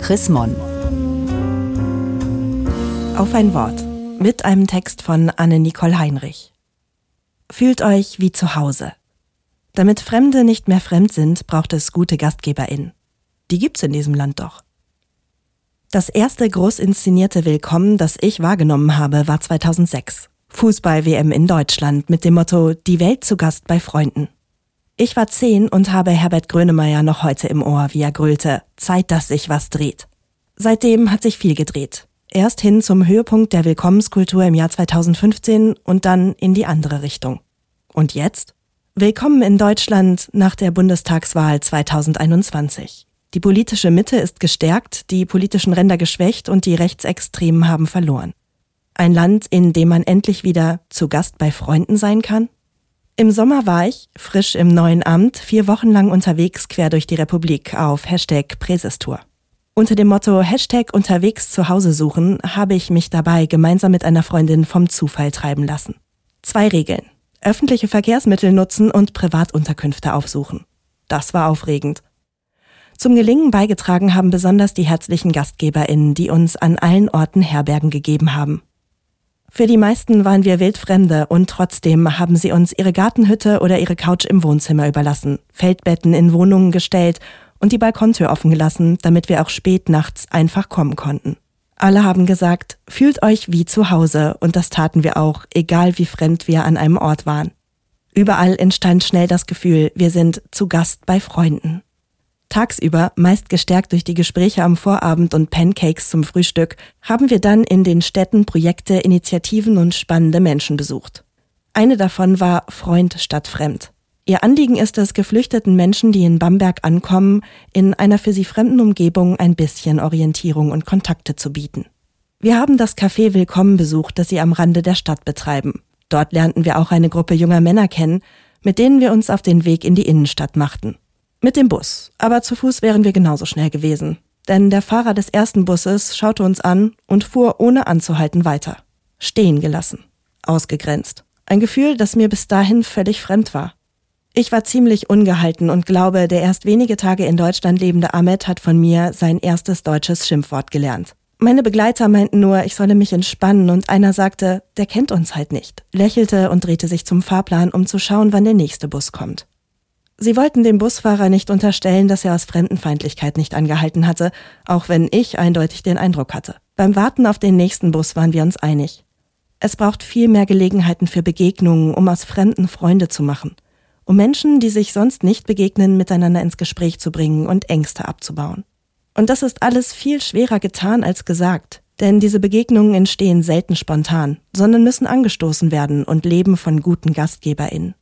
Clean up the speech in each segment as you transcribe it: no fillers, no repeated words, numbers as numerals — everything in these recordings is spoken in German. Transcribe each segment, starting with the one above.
Chris Mon. Auf ein Wort. Mit einem Text von Anne-Nicole Heinrich. Fühlt euch wie zu Hause. Damit Fremde nicht mehr fremd sind, braucht es gute GastgeberInnen. Die gibt's in diesem Land doch. Das erste groß inszenierte Willkommen, das ich wahrgenommen habe, war 2006. Fußball-WM in Deutschland mit dem Motto »Die Welt zu Gast bei Freunden«. Ich war 10 und habe Herbert Grönemeyer noch heute im Ohr, wie er grölte, Zeit, dass sich was dreht. Seitdem hat sich viel gedreht. Erst hin zum Höhepunkt der Willkommenskultur im Jahr 2015 und dann in die andere Richtung. Und jetzt? Willkommen in Deutschland nach der Bundestagswahl 2021. Die politische Mitte ist gestärkt, die politischen Ränder geschwächt und die Rechtsextremen haben verloren. Ein Land, in dem man endlich wieder zu Gast bei Freunden sein kann? Im Sommer war ich, frisch im neuen Amt, 4 Wochen lang unterwegs quer durch die Republik auf #Präsestour. Unter dem Motto #unterwegs zu Hause suchen habe ich mich dabei gemeinsam mit einer Freundin vom Zufall treiben lassen. 2 Regeln. Öffentliche Verkehrsmittel nutzen und Privatunterkünfte aufsuchen. Das war aufregend. Zum Gelingen beigetragen haben besonders die herzlichen GastgeberInnen, die uns an allen Orten Herbergen gegeben haben. Für die meisten waren wir Wildfremde und trotzdem haben sie uns ihre Gartenhütte oder ihre Couch im Wohnzimmer überlassen, Feldbetten in Wohnungen gestellt und die Balkontür offen gelassen, damit wir auch spät nachts einfach kommen konnten. Alle haben gesagt, fühlt euch wie zu Hause und das taten wir auch, egal wie fremd wir an einem Ort waren. Überall entstand schnell das Gefühl, wir sind zu Gast bei Freunden. Tagsüber, meist gestärkt durch die Gespräche am Vorabend und Pancakes zum Frühstück, haben wir dann in den Städten Projekte, Initiativen und spannende Menschen besucht. Eine davon war Freund statt Fremd. Ihr Anliegen ist es, geflüchteten Menschen, die in Bamberg ankommen, in einer für sie fremden Umgebung ein bisschen Orientierung und Kontakte zu bieten. Wir haben das Café Willkommen besucht, das sie am Rande der Stadt betreiben. Dort lernten wir auch eine Gruppe junger Männer kennen, mit denen wir uns auf den Weg in die Innenstadt machten. Mit dem Bus, aber zu Fuß wären wir genauso schnell gewesen. Denn der Fahrer des ersten Busses schaute uns an und fuhr ohne anzuhalten weiter. Stehen gelassen. Ausgegrenzt. Ein Gefühl, das mir bis dahin völlig fremd war. Ich war ziemlich ungehalten und glaube, der erst wenige Tage in Deutschland lebende Ahmed hat von mir sein erstes deutsches Schimpfwort gelernt. Meine Begleiter meinten nur, ich solle mich entspannen und einer sagte, der kennt uns halt nicht, lächelte und drehte sich zum Fahrplan, um zu schauen, wann der nächste Bus kommt. Sie wollten dem Busfahrer nicht unterstellen, dass er aus Fremdenfeindlichkeit nicht angehalten hatte, auch wenn ich eindeutig den Eindruck hatte. Beim Warten auf den nächsten Bus waren wir uns einig. Es braucht viel mehr Gelegenheiten für Begegnungen, um aus Fremden Freunde zu machen, um Menschen, die sich sonst nicht begegnen, miteinander ins Gespräch zu bringen und Ängste abzubauen. Und das ist alles viel schwerer getan als gesagt, denn diese Begegnungen entstehen selten spontan, sondern müssen angestoßen werden und leben von guten GastgeberInnen.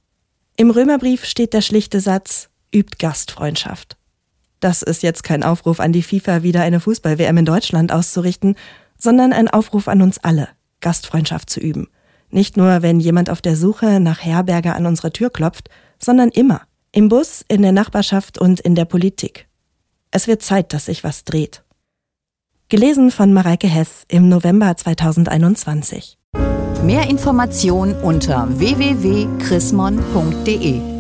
Im Römerbrief steht der schlichte Satz, übt Gastfreundschaft. Das ist jetzt kein Aufruf an die FIFA, wieder eine Fußball-WM in Deutschland auszurichten, sondern ein Aufruf an uns alle, Gastfreundschaft zu üben. Nicht nur, wenn jemand auf der Suche nach Herberge an unsere Tür klopft, sondern immer. Im Bus, in der Nachbarschaft und in der Politik. Es wird Zeit, dass sich was dreht. Gelesen von Mareike Hess im November 2021. Mehr Informationen unter www.chrismon.de